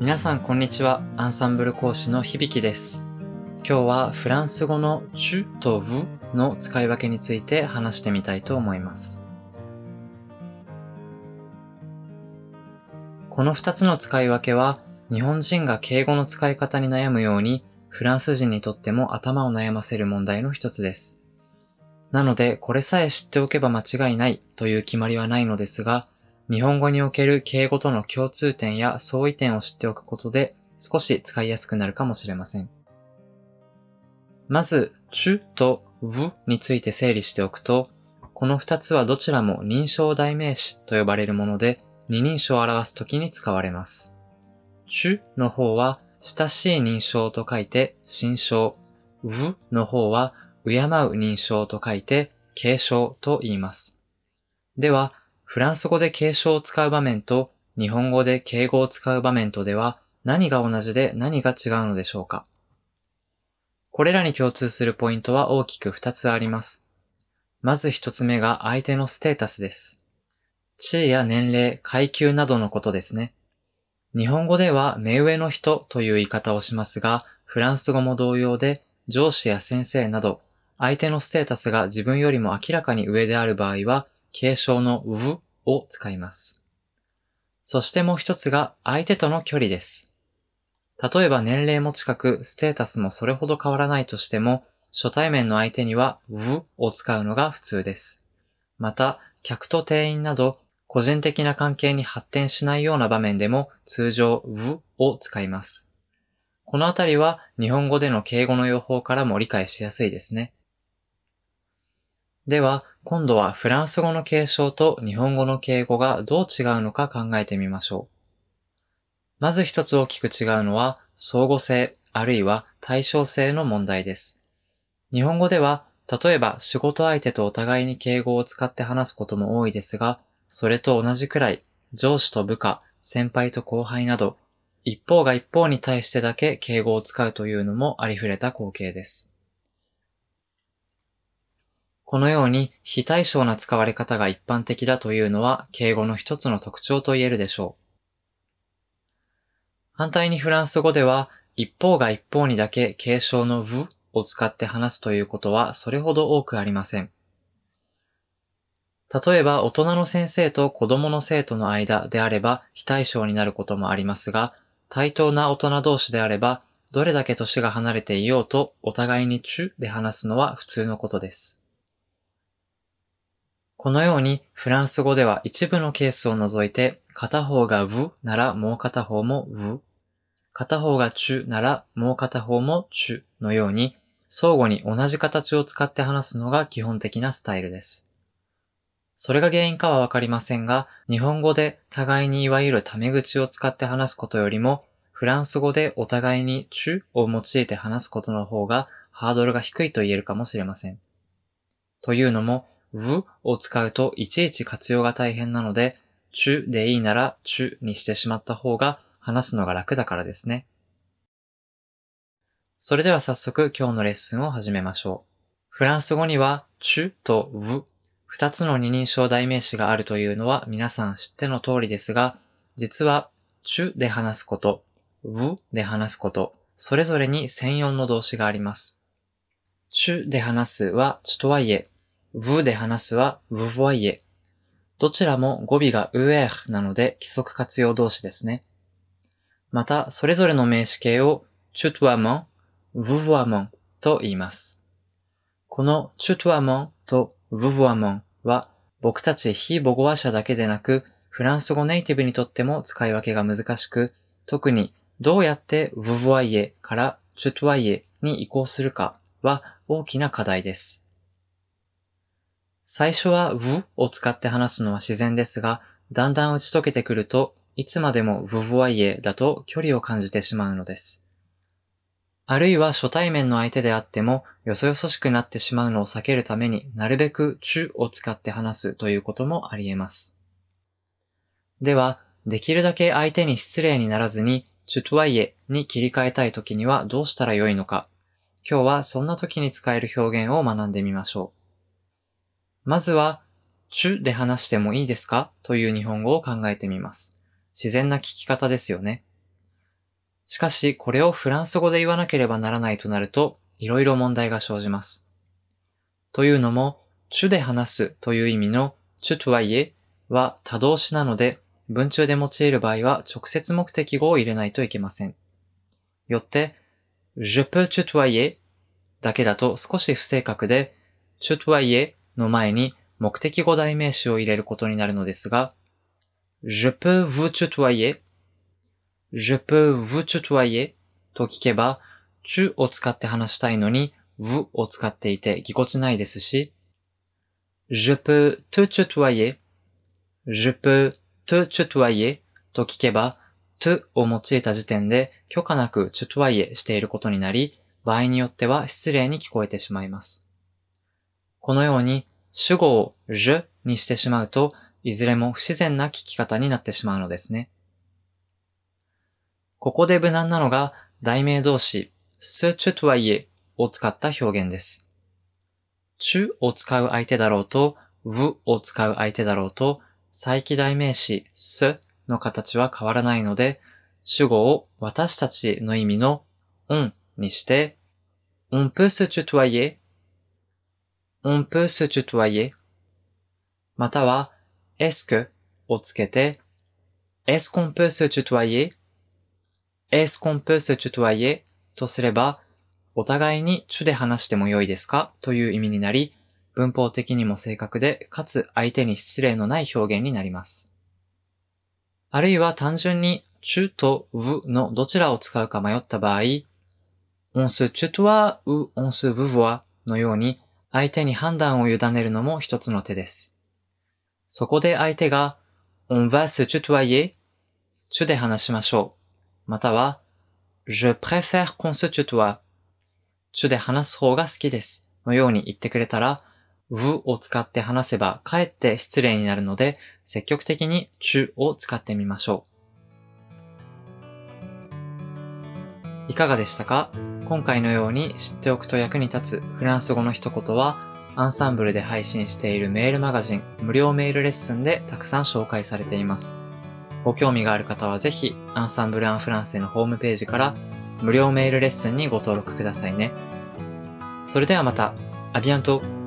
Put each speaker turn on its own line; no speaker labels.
皆さんこんにちは。アンサンブル講師の響です。今日はフランス語のtuとvousの使い分けについて話してみたいと思います。この2つの使い分けは日本人が敬語の使い方に悩むようにフランス人にとっても頭を悩ませる問題の一つです。なのでこれさえ知っておけば間違いないという決まりはないのですが、日本語における敬語との共通点や相違点を知っておくことで少し使いやすくなるかもしれません。まず、tuとvousについて整理しておくと、この2つはどちらも認証代名詞と呼ばれるもので、二人称を表すときに使われます。tuの方は親しい認証と書いて親称、vousの方は敬う認証と書いて敬称と言います。では、フランス語で敬称を使う場面と日本語で敬語を使う場面とでは何が同じで何が違うのでしょうか。これらに共通するポイントは大きく2つあります。まず1つ目が相手のステータスです。地位や年齢、階級などのことですね。日本語では目上の人という言い方をしますが、フランス語も同様で上司や先生など相手のステータスが自分よりも明らかに上である場合は敬称のvousを使います。そしてもう一つが相手との距離です。例えば年齢も近くステータスもそれほど変わらないとしても、初対面の相手にはvousを使うのが普通です。また、客と店員など個人的な関係に発展しないような場面でも通常vousを使います。このあたりは日本語での敬語の用法からも理解しやすいですね。では、今度はフランス語の敬称と日本語の敬語がどう違うのか考えてみましょう。まず一つ大きく違うのは相互性あるいは対称性の問題です。日本語では例えば仕事相手とお互いに敬語を使って話すことも多いですが、それと同じくらい上司と部下、先輩と後輩など一方が一方に対してだけ敬語を使うというのもありふれた光景です。このように非対称な使われ方が一般的だというのは敬語の一つの特徴と言えるでしょう。反対にフランス語では一方が一方にだけ敬称のvousを使って話すということはそれほど多くありません。例えば大人の先生と子供の生徒の間であれば非対称になることもありますが、対等な大人同士であればどれだけ年が離れていようとお互いにtuで話すのは普通のことです。このようにフランス語では一部のケースを除いて片方がvousならもう片方もvous、片方がtuならもう片方もtuのように相互に同じ形を使って話すのが基本的なスタイルです。それが原因かはわかりませんが、日本語で互いにいわゆるタメ口を使って話すことよりも、フランス語でお互いにtuを用いて話すことの方がハードルが低いと言えるかもしれません。というのも、vousを使うといちいち活用が大変なので、tuでいいならtuにしてしまった方が話すのが楽だからですね。それでは早速今日のレッスンを始めましょう。フランス語には tu と vous、二つの二人称代名詞があるというのは皆さん知っての通りですが、実は tu で話すこと、vous で話すこと、それぞれに専用の動詞があります。tu で話すは tutoyer、vous で話すは vous voyez。どちらも語尾が er なので規則活用動詞ですね。また、それぞれの名詞形を tutoiement、vouvoiement と言います。この tutoiement と vouvoiement は僕たち非母語話者だけでなく、フランス語ネイティブにとっても使い分けが難しく、特にどうやって vous voyez から tutoyer に移行するかは大きな課題です。最初は vous を使って話すのは自然ですが、だんだん打ち解けてくると、いつまでも vous voyez だと距離を感じてしまうのです。あるいは初対面の相手であっても、よそよそしくなってしまうのを避けるためになるべく tu を使って話すということもあり得ます。では、できるだけ相手に失礼にならずに tutoyer に切り替えたいときにはどうしたらよいのか。今日はそんな時に使える表現を学んでみましょう。まずは、tu で話してもいいですかという日本語を考えてみます。自然な聞き方ですよね。 しかし、これをフランス語で言わなければならないとなると、いろいろ問題が生じます。というのも、tu で話すという意味の tutoyer は他動詞なので、文中で用いる場合は直接目的語を入れないといけません。よって、je peux tutoyer だけだと少し不正確で、tutoyer の前に目的語代名詞を入れることになるのですが、je peux vous tutoyer、je peux vous tutoyer と聞けば、tu を使って話したいのに、vous を使っていてぎこちないですし、je peux te tutoyer、je peux te tutoyer と聞けば、to を用いた時点で許可なく tutoyer していることになり、場合によっては失礼に聞こえてしまいます。このように主語を je にしてしまうと、いずれも不自然な聞き方になってしまうのですね。ここで無難なのが代名動詞 se tutoyer を使った表現です。tu を使う相手だろうと、vous を使う相手だろうと、再起代名詞 se の形は変わらないので、主語を私たちの意味の on にして、on peut se tutoyer、on peut se tutoyer、または est-ce que をつけて、est-ce qu'on peut se tutoyer、est-ce qu'on peut se tutoyer とすれば、お互いにtuで話しても良いですかという意味になり、文法的にも正確で、かつ相手に失礼のない表現になります。あるいは単純にtuとvousのどちらを使うか迷った場合、on se tutoie ou on se vouvoie のように相手に判断を委ねるのも一つの手です。そこで相手が on va se tutoyer、tuで話しましょう。または je préfère qu'on se tutoie、tuで話す方が好きですのように言ってくれたら、vous を使って話せばかえって失礼になるので、積極的にtuを使ってみましょう。いかがでしたか？今回のように知っておくと役に立つフランス語の一言は、アンサンブルで配信しているメールマガジン、無料メールレッスンでたくさん紹介されています。ご興味がある方はぜひ、アンサンブル・アン・フランセのホームページから無料メールレッスンにご登録くださいね。それではまた、アビアント。